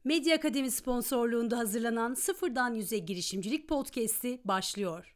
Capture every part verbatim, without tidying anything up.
Medya Akademi sponsorluğunda hazırlanan Sıfırdan Yüze Girişimcilik Podcast'i başlıyor.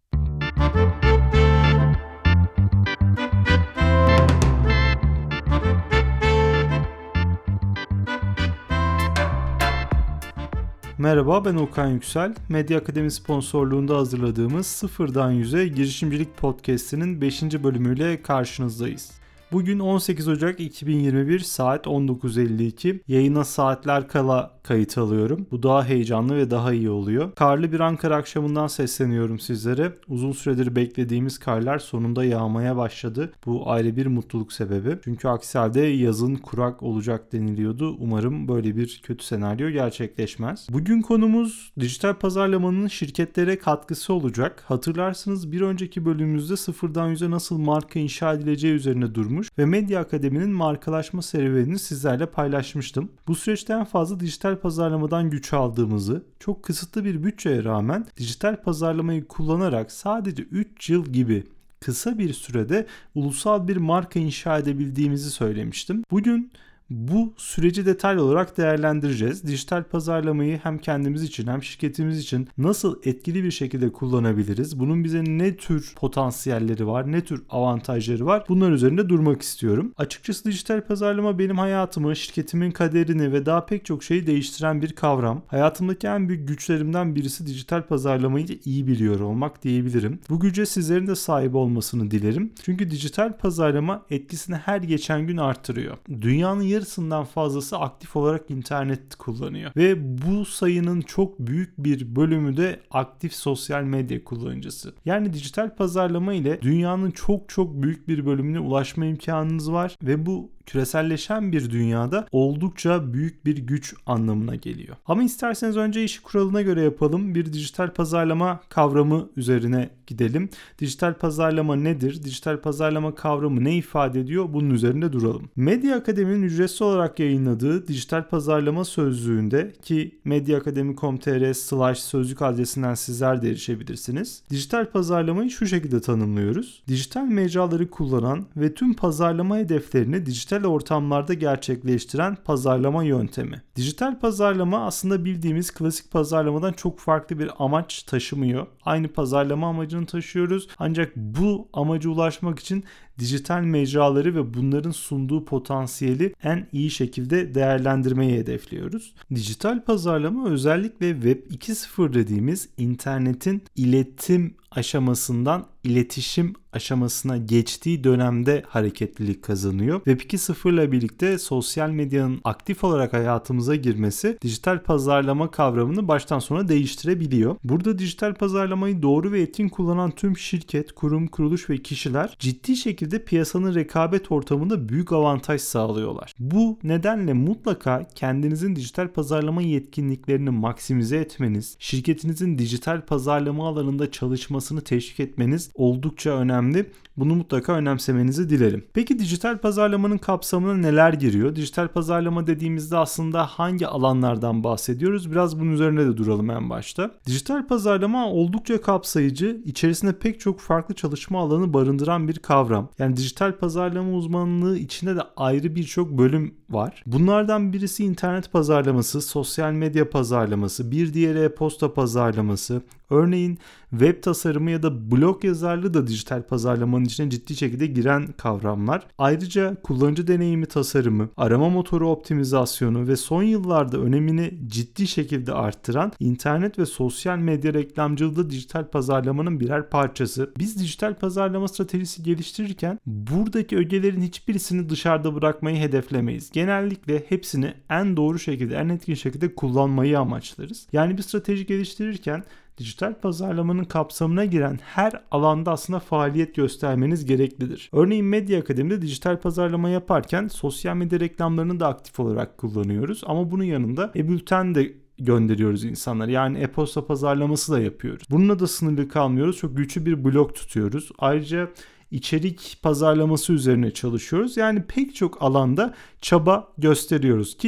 Merhaba, ben Okan Yüksel. Medya Akademi sponsorluğunda hazırladığımız Sıfırdan Yüze Girişimcilik Podcast'inin beşinci bölümüyle karşınızdayız. Bugün on sekiz Ocak iki bin yirmi bir saat on dokuz elli iki. Yayına saatler kala kayıt alıyorum. Bu daha heyecanlı ve daha iyi oluyor. Karlı bir Ankara akşamından sesleniyorum sizlere. Uzun süredir beklediğimiz karlar sonunda yağmaya başladı. Bu ayrı bir mutluluk sebebi. Çünkü aksi halde yazın kurak olacak deniliyordu. Umarım böyle bir kötü senaryo gerçekleşmez. Bugün konumuz dijital pazarlamanın şirketlere katkısı olacak. Hatırlarsınız bir önceki bölümümüzde sıfırdan yüze nasıl marka inşa edileceği üzerine durmuş ve Medya Akademi'nin markalaşma serüvenini sizlerle paylaşmıştım. Bu süreçte en fazla dijital pazarlamadan güç aldığımızı, çok kısıtlı bir bütçeye rağmen dijital pazarlamayı kullanarak sadece üç yıl gibi kısa bir sürede ulusal bir marka inşa edebildiğimizi söylemiştim. Bugün bu süreci detaylı olarak değerlendireceğiz. Dijital pazarlamayı hem kendimiz için hem şirketimiz için nasıl etkili bir şekilde kullanabiliriz? Bunun bize ne tür potansiyelleri var, ne tür avantajları var? Bunlar üzerinde durmak istiyorum. Açıkçası dijital pazarlama benim hayatımı, şirketimin kaderini ve daha pek çok şeyi değiştiren bir kavram. Hayatımdaki en büyük güçlerimden birisi dijital pazarlamayı iyi biliyor olmak diyebilirim. Bu güce sizlerin de sahip olmasını dilerim. Çünkü dijital pazarlama etkisini her geçen gün artırıyor. Dünyanın yarı yarısından fazlası aktif olarak internet kullanıyor. Ve bu sayının çok büyük bir bölümü de aktif sosyal medya kullanıcısı. Yani dijital pazarlama ile dünyanın çok çok büyük bir bölümüne ulaşma imkanınız var ve bu küreselleşen bir dünyada oldukça büyük bir güç anlamına geliyor. Ama isterseniz önce işi kuralına göre yapalım. Bir dijital pazarlama kavramı üzerine gidelim. Dijital pazarlama nedir? Dijital pazarlama kavramı ne ifade ediyor? Bunun üzerinde duralım. Medya Akademi'nin ücretsiz olarak yayınladığı dijital pazarlama sözlüğünde ki medyaakademi nokta com nokta tr slash sözlük adresinden sizler de erişebilirsiniz. Dijital pazarlamayı şu şekilde tanımlıyoruz. Dijital mecraları kullanan ve tüm pazarlama hedeflerini dijital ortamlarda gerçekleştiren pazarlama yöntemi. Dijital pazarlama aslında bildiğimiz klasik pazarlamadan çok farklı bir amaç taşımıyor. Aynı pazarlama amacını taşıyoruz ancak bu amaca ulaşmak için dijital mecraları ve bunların sunduğu potansiyeli en iyi şekilde değerlendirmeyi hedefliyoruz. Dijital pazarlama özellikle Web iki nokta sıfır dediğimiz internetin iletim aşamasından iletişim aşamasına geçtiği dönemde hareketlilik kazanıyor. Web iki nokta sıfır ile birlikte sosyal medyanın aktif olarak hayatımıza girmesi dijital pazarlama kavramını baştan sona değiştirebiliyor. Burada dijital pazarlamayı doğru ve etkin kullanan tüm şirket, kurum, kuruluş ve kişiler ciddi şekilde piyasanın rekabet ortamında büyük avantaj sağlıyorlar. Bu nedenle mutlaka kendinizin dijital pazarlama yetkinliklerini maksimize etmeniz, şirketinizin dijital pazarlama alanında çalışmasını teşvik etmeniz oldukça önemli. Bunu mutlaka önemsemenizi dilerim. Peki dijital pazarlamanın kapsamına neler giriyor? Dijital pazarlama dediğimizde aslında hangi alanlardan bahsediyoruz? Biraz bunun üzerine de duralım en başta. Dijital pazarlama oldukça kapsayıcı, içerisinde pek çok farklı çalışma alanı barındıran bir kavram. Yani dijital pazarlama uzmanlığı içinde de ayrı birçok bölüm var. Bunlardan birisi internet pazarlaması, sosyal medya pazarlaması, bir diğeri e-posta pazarlaması. Örneğin web tasarımı ya da blog yazarlığı da dijital pazarlamanın içine ciddi şekilde giren kavramlar. Ayrıca kullanıcı deneyimi tasarımı, arama motoru optimizasyonu ve son yıllarda önemini ciddi şekilde arttıran internet ve sosyal medya reklamcılığı da dijital pazarlamanın birer parçası. Biz dijital pazarlama stratejisi geliştirirken buradaki ögelerin hiçbirisini dışarıda bırakmayı hedeflemeyiz. Genellikle hepsini en doğru şekilde, en etkin şekilde kullanmayı amaçlarız. Yani bir strateji geliştirirken dijital pazarlamanın kapsamına giren her alanda aslında faaliyet göstermeniz gereklidir. Örneğin Medya Akademi'de dijital pazarlama yaparken sosyal medya reklamlarını da aktif olarak kullanıyoruz. Ama bunun yanında e-bülten de gönderiyoruz insanlara. Yani e-posta pazarlaması da yapıyoruz. Bununla da sınırlı kalmıyoruz. Çok güçlü bir blog tutuyoruz. Ayrıca içerik pazarlaması üzerine çalışıyoruz. Yani pek çok alanda çaba gösteriyoruz ki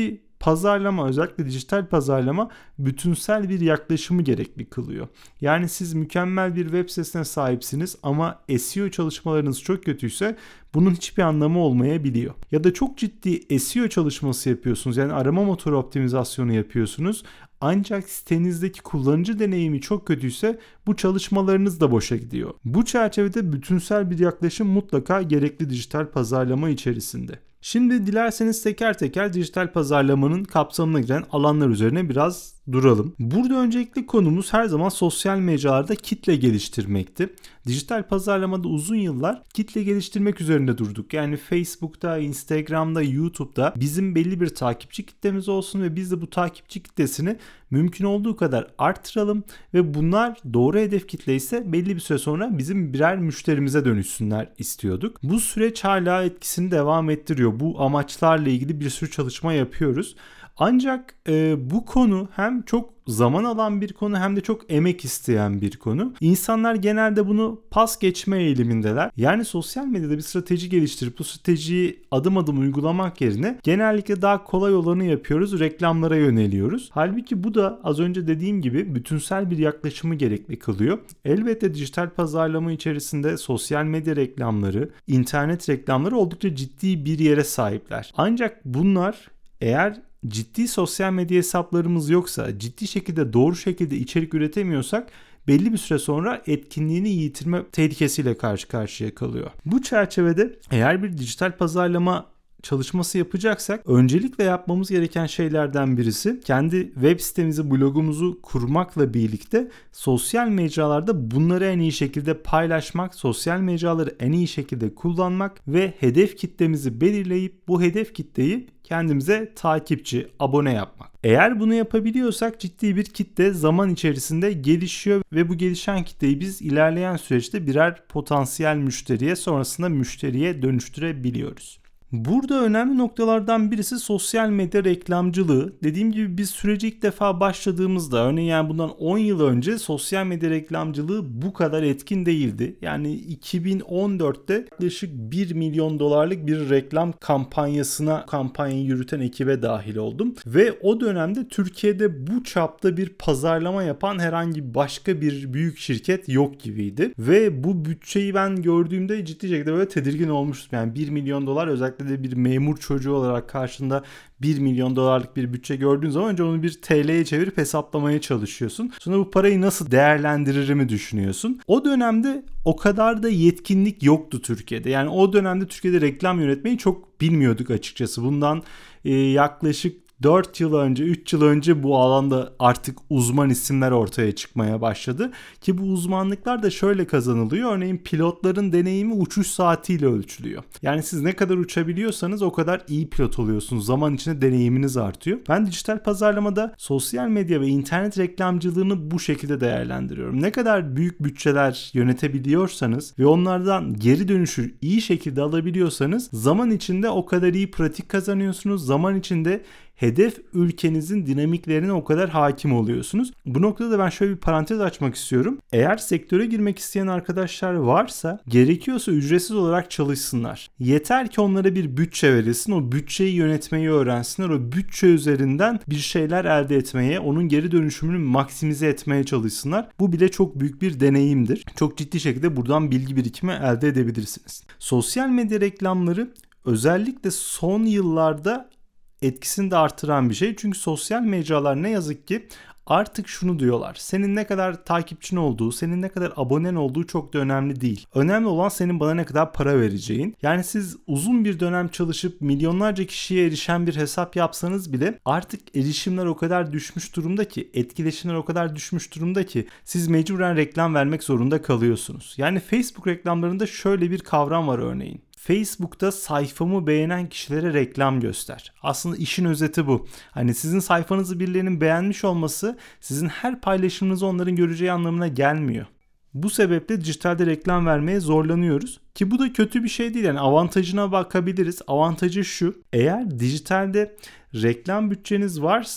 pazarlama, özellikle dijital pazarlama bütünsel bir yaklaşımı gerekli kılıyor. Yani siz mükemmel bir web sitesine sahipsiniz ama S E O çalışmalarınız çok kötüyse bunun hiçbir anlamı olmayabiliyor. Ya da çok ciddi S E O çalışması yapıyorsunuz, yani arama motoru optimizasyonu yapıyorsunuz. Ancak sitenizdeki kullanıcı deneyimi çok kötüyse bu çalışmalarınız da boşa gidiyor. Bu çerçevede bütünsel bir yaklaşım mutlaka gerekli dijital pazarlama içerisinde. Şimdi dilerseniz teker teker dijital pazarlamanın kapsamına giren alanlar üzerine biraz duralım. Burada öncelikli konumuz her zaman sosyal mecralarda kitle geliştirmekti. Dijital pazarlamada uzun yıllar kitle geliştirmek üzerinde durduk. Yani Facebook'ta, Instagram'da, YouTube'da bizim belli bir takipçi kitlemiz olsun ve biz de bu takipçi kitlesini mümkün olduğu kadar arttıralım ve bunlar doğru hedef kitle ise belli bir süre sonra bizim birer müşterimize dönüşsünler istiyorduk. Bu süreç hala etkisini devam ettiriyor. Bu amaçlarla ilgili bir sürü çalışma yapıyoruz. Ancak e, bu konu hem çok zaman alan bir konu hem de çok emek isteyen bir konu. İnsanlar genelde bunu pas geçme eğilimindeler. Yani sosyal medyada bir strateji geliştirip bu stratejiyi adım adım uygulamak yerine genellikle daha kolay olanı yapıyoruz, reklamlara yöneliyoruz. Halbuki bu da az önce dediğim gibi bütünsel bir yaklaşımı gerekli kılıyor. Elbette dijital pazarlama içerisinde sosyal medya reklamları, internet reklamları oldukça ciddi bir yere sahipler. Ancak bunlar eğer ciddi sosyal medya hesaplarımız yoksa, ciddi şekilde doğru şekilde içerik üretemiyorsak belli bir süre sonra etkinliğini yitirme tehlikesiyle karşı karşıya kalıyor. Bu çerçevede eğer bir dijital pazarlama çalışması yapacaksak öncelikle yapmamız gereken şeylerden birisi kendi web sitemizi, blogumuzu kurmakla birlikte sosyal mecralarda bunları en iyi şekilde paylaşmak, sosyal mecraları en iyi şekilde kullanmak ve hedef kitlemizi belirleyip bu hedef kitleyi kendimize takipçi, abone yapmak. Eğer bunu yapabiliyorsak ciddi bir kitle zaman içerisinde gelişiyor ve bu gelişen kitleyi biz ilerleyen süreçte birer potansiyel müşteriye, sonrasında müşteriye dönüştürebiliyoruz. Burada önemli noktalardan birisi sosyal medya reklamcılığı. Dediğim gibi biz süreci ilk defa başladığımızda, örneğin yani bundan on yıl önce sosyal medya reklamcılığı bu kadar etkin değildi. Yani iki bin on dörtte yaklaşık bir milyon dolarlık bir reklam kampanyasına, kampanyayı yürüten ekibe dahil oldum. Ve o dönemde Türkiye'de bu çapta bir pazarlama yapan herhangi başka bir büyük şirket yok gibiydi. Ve bu bütçeyi ben gördüğümde ciddi şekilde böyle tedirgin olmuştum. Yani bir milyon dolar, özellikle de bir memur çocuğu olarak karşında bir milyon dolarlık bir bütçe gördüğün zaman önce onu bir T L'ye çevirip hesaplamaya çalışıyorsun. Sonra bu parayı nasıl değerlendiririmi düşünüyorsun. O dönemde o kadar da yetkinlik yoktu Türkiye'de. Yani o dönemde Türkiye'de reklam yönetmeyi çok bilmiyorduk açıkçası. Bundan e, yaklaşık dört yıl önce, üç yıl önce bu alanda artık uzman isimler ortaya çıkmaya başladı. Ki bu uzmanlıklar da şöyle kazanılıyor. Örneğin pilotların deneyimi uçuş saatiyle ölçülüyor. Yani siz ne kadar uçabiliyorsanız o kadar iyi pilot oluyorsunuz. Zaman içinde deneyiminiz artıyor. Ben dijital pazarlamada sosyal medya ve internet reklamcılığını bu şekilde değerlendiriyorum. Ne kadar büyük bütçeler yönetebiliyorsanız ve onlardan geri dönüşü iyi şekilde alabiliyorsanız zaman içinde o kadar iyi pratik kazanıyorsunuz. Zaman içinde hedef ülkenizin dinamiklerine o kadar hakim oluyorsunuz. Bu noktada da ben şöyle bir parantez açmak istiyorum. Eğer sektöre girmek isteyen arkadaşlar varsa gerekiyorsa ücretsiz olarak çalışsınlar. Yeter ki onlara bir bütçe verilsin. O bütçeyi yönetmeyi öğrensinler. O bütçe üzerinden bir şeyler elde etmeye, onun geri dönüşümünü maksimize etmeye çalışsınlar. Bu bile çok büyük bir deneyimdir. Çok ciddi şekilde buradan bilgi birikimi elde edebilirsiniz. Sosyal medya reklamları özellikle son yıllarda etkisini de artıran bir şey. Çünkü sosyal mecralar ne yazık ki artık şunu diyorlar. Senin ne kadar takipçin olduğu, senin ne kadar abonen olduğu çok da önemli değil. Önemli olan senin bana ne kadar para vereceğin. Yani siz uzun bir dönem çalışıp milyonlarca kişiye erişen bir hesap yapsanız bile artık erişimler o kadar düşmüş durumda ki, etkileşimler o kadar düşmüş durumda ki siz mecburen reklam vermek zorunda kalıyorsunuz. Yani Facebook reklamlarında şöyle bir kavram var örneğin. Facebook'ta sayfamı beğenen kişilere reklam göster. Aslında işin özeti bu. Hani sizin sayfanızı birilerinin beğenmiş olması sizin her paylaşımınızı onların göreceği anlamına gelmiyor. Bu sebeple dijitalde reklam vermeye zorlanıyoruz. Ki bu da kötü bir şey değil. Yani avantajına bakabiliriz. Avantajı şu. Eğer dijitalde reklam bütçeniz varsa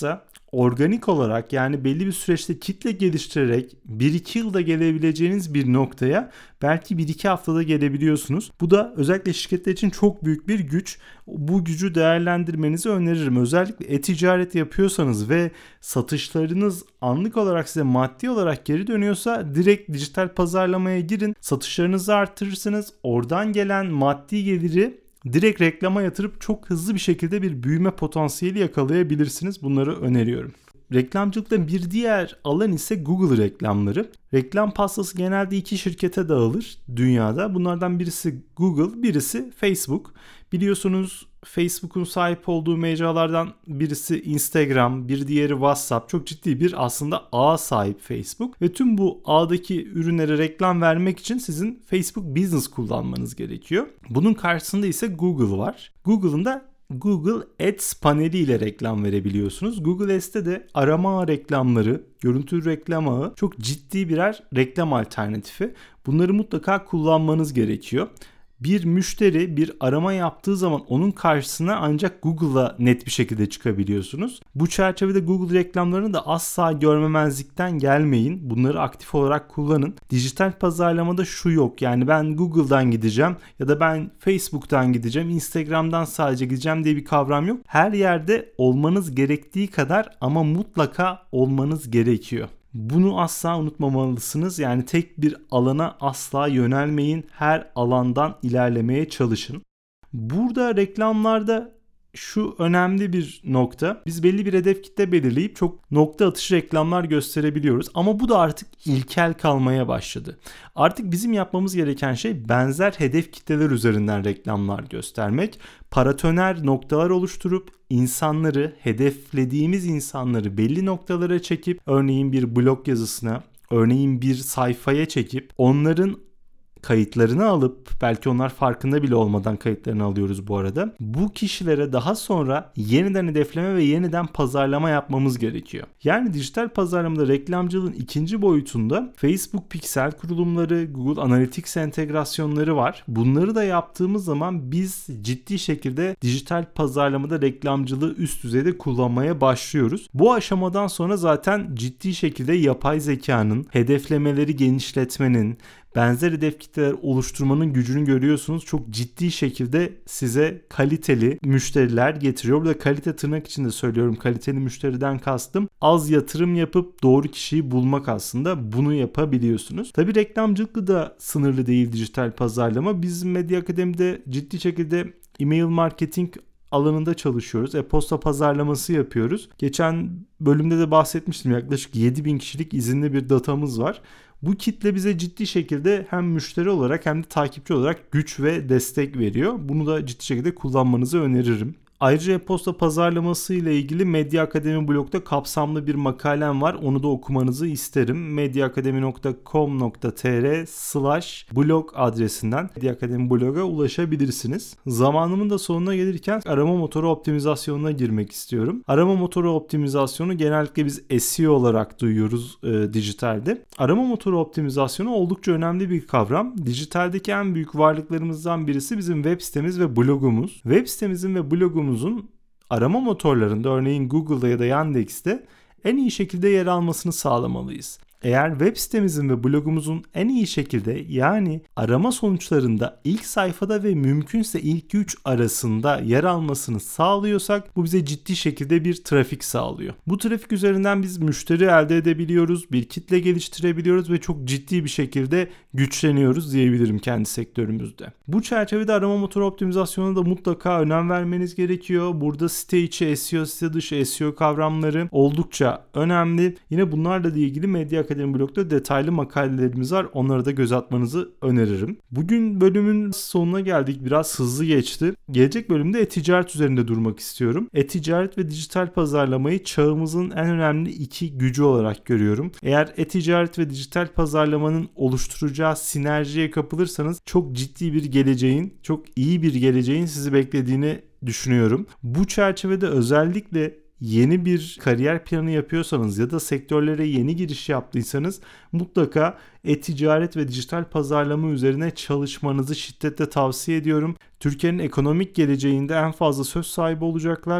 organik olarak, yani belli bir süreçte kitle geliştirerek bir iki yılda gelebileceğiniz bir noktaya belki bir iki haftada gelebiliyorsunuz. Bu da özellikle şirketler için çok büyük bir güç. Bu gücü değerlendirmenizi öneririm. Özellikle e-ticaret yapıyorsanız ve satışlarınız anlık olarak size maddi olarak geri dönüyorsa direkt dijital pazarlamaya girin. Satışlarınızı artırırsınız. Oradan gelen maddi geliri direkt reklama yatırıp çok hızlı bir şekilde bir büyüme potansiyeli yakalayabilirsiniz. Bunları öneriyorum. Reklamcılıkta bir diğer alan ise Google reklamları. Reklam pastası genelde iki şirkete dağılır dünyada. Bunlardan birisi Google, birisi Facebook. Biliyorsunuz Facebook'un sahip olduğu mecralardan birisi Instagram, bir diğeri WhatsApp. Çok ciddi bir aslında ağa sahip Facebook. Ve tüm bu ağdaki ürünlere reklam vermek için sizin Facebook Business kullanmanız gerekiyor. Bunun karşısında ise Google var. Google'ın da Google Ads paneli ile reklam verebiliyorsunuz. Google Ads'te de arama ağı reklamları, görüntü reklam ağı çok ciddi birer reklam alternatifi. Bunları mutlaka kullanmanız gerekiyor. Bir müşteri bir arama yaptığı zaman onun karşısına ancak Google'a net bir şekilde çıkabiliyorsunuz. Bu çerçevede Google reklamlarını da asla görmemezlikten gelmeyin. Bunları aktif olarak kullanın. Dijital pazarlamada şu yok. Yani ben Google'dan gideceğim ya da ben Facebook'tan gideceğim, Instagram'dan sadece gideceğim diye bir kavram yok. Her yerde olmanız gerektiği kadar ama mutlaka olmanız gerekiyor. Bunu asla unutmamalısınız. Yani tek bir alana asla yönelmeyin. Her alandan ilerlemeye çalışın. Burada reklamlarda şu önemli bir nokta. Biz belli bir hedef kitle belirleyip çok nokta atışı reklamlar gösterebiliyoruz. Ama bu da artık ilkel kalmaya başladı. Artık bizim yapmamız gereken şey benzer hedef kitleler üzerinden reklamlar göstermek. Paratoner noktalar oluşturup insanları, hedeflediğimiz insanları belli noktalara çekip, örneğin bir blog yazısına, örneğin bir sayfaya çekip onların kayıtlarını alıp, belki onlar farkında bile olmadan kayıtlarını alıyoruz bu arada. Bu kişilere daha sonra yeniden hedefleme ve yeniden pazarlama yapmamız gerekiyor. Yani dijital pazarlamada reklamcılığın ikinci boyutunda Facebook piksel kurulumları, Google Analytics entegrasyonları var. Bunları da yaptığımız zaman biz ciddi şekilde dijital pazarlamada reklamcılığı üst düzeyde kullanmaya başlıyoruz. Bu aşamadan sonra zaten ciddi şekilde yapay zekanın, hedeflemeleri genişletmenin, benzer hedef kitleler oluşturmanın gücünü görüyorsunuz. Çok ciddi şekilde size kaliteli müşteriler getiriyor. Burada kalite tırnak içinde söylüyorum. Kaliteli müşteriden kastım az yatırım yapıp doğru kişiyi bulmak aslında. Bunu yapabiliyorsunuz. Tabii reklamcılıkla da sınırlı değil dijital pazarlama. Biz Medya Akademi'de ciddi şekilde e-mail marketing alanında çalışıyoruz. E-posta pazarlaması yapıyoruz. Geçen bölümde de bahsetmiştim. Yaklaşık yedi bin kişilik izinli bir datamız var. Bu kitle bize ciddi şekilde hem müşteri olarak hem de takipçi olarak güç ve destek veriyor. Bunu da ciddi şekilde kullanmanızı öneririm. Ayrıca e-posta pazarlaması ile ilgili Medya Akademi blogda kapsamlı bir makalem var. Onu da okumanızı isterim. medyaakademi nokta com nokta tr slash blog adresinden Medya Akademi bloga ulaşabilirsiniz. Zamanımın da sonuna gelirken arama motoru optimizasyonuna girmek istiyorum. Arama motoru optimizasyonu genellikle biz S E O olarak duyuyoruz e, dijitalde. Arama motoru optimizasyonu oldukça önemli bir kavram. Dijitaldeki en büyük varlıklarımızdan birisi bizim web sitemiz ve blogumuz. Web sitemizin ve blogumuzun arama motorlarında, örneğin Google'da ya da Yandex'te en iyi şekilde yer almasını sağlamalıyız. Eğer web sitemizin ve blogumuzun en iyi şekilde, yani arama sonuçlarında ilk sayfada ve mümkünse ilk üç arasında yer almasını sağlıyorsak bu bize ciddi şekilde bir trafik sağlıyor. Bu trafik üzerinden biz müşteri elde edebiliyoruz, bir kitle geliştirebiliyoruz ve çok ciddi bir şekilde güçleniyoruz diyebilirim kendi sektörümüzde. Bu çerçevede arama motoru optimizasyonuna da mutlaka önem vermeniz gerekiyor. Burada site içi S E O, site dışı S E O kavramları oldukça önemli. Yine bunlarla ilgili Medya Akademi blogda detaylı makalelerimiz var. Onlara da göz atmanızı öneririm. Bugün bölümün sonuna geldik. Biraz hızlı geçti. Gelecek bölümde e-ticaret üzerinde durmak istiyorum. E-ticaret ve dijital pazarlamayı çağımızın en önemli iki gücü olarak görüyorum. Eğer e-ticaret ve dijital pazarlamanın oluşturacağı sinerjiye kapılırsanız çok ciddi bir geleceğin, çok iyi bir geleceğin sizi beklediğini düşünüyorum. Bu çerçevede özellikle yeni bir kariyer planı yapıyorsanız ya da sektörlere yeni giriş yaptıysanız mutlaka e-ticaret ve dijital pazarlama üzerine çalışmanızı şiddetle tavsiye ediyorum. Türkiye'nin ekonomik geleceğinde en fazla söz sahibi olacaklar.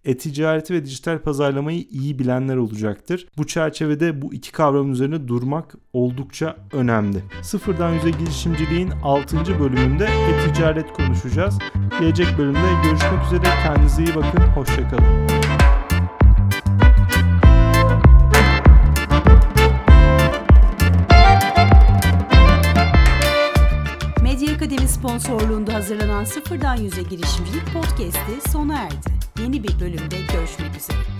e-ticareti ve dijital pazarlamayı iyi bilenler olacaktır. Bu çerçevede bu iki kavram üzerine durmak oldukça önemli. Sıfırdan Yüze girişimciliğin altıncı bölümünde e-ticaret konuşacağız. Gelecek bölümde görüşmek üzere. Kendinize iyi bakın. Hoşça kalın. Medya Akademi sponsorluğunda hazırlanan Sıfırdan Yüze Girişimcilik Podcast'i sona erdi. Yeni bir bölümde görüşmek üzere.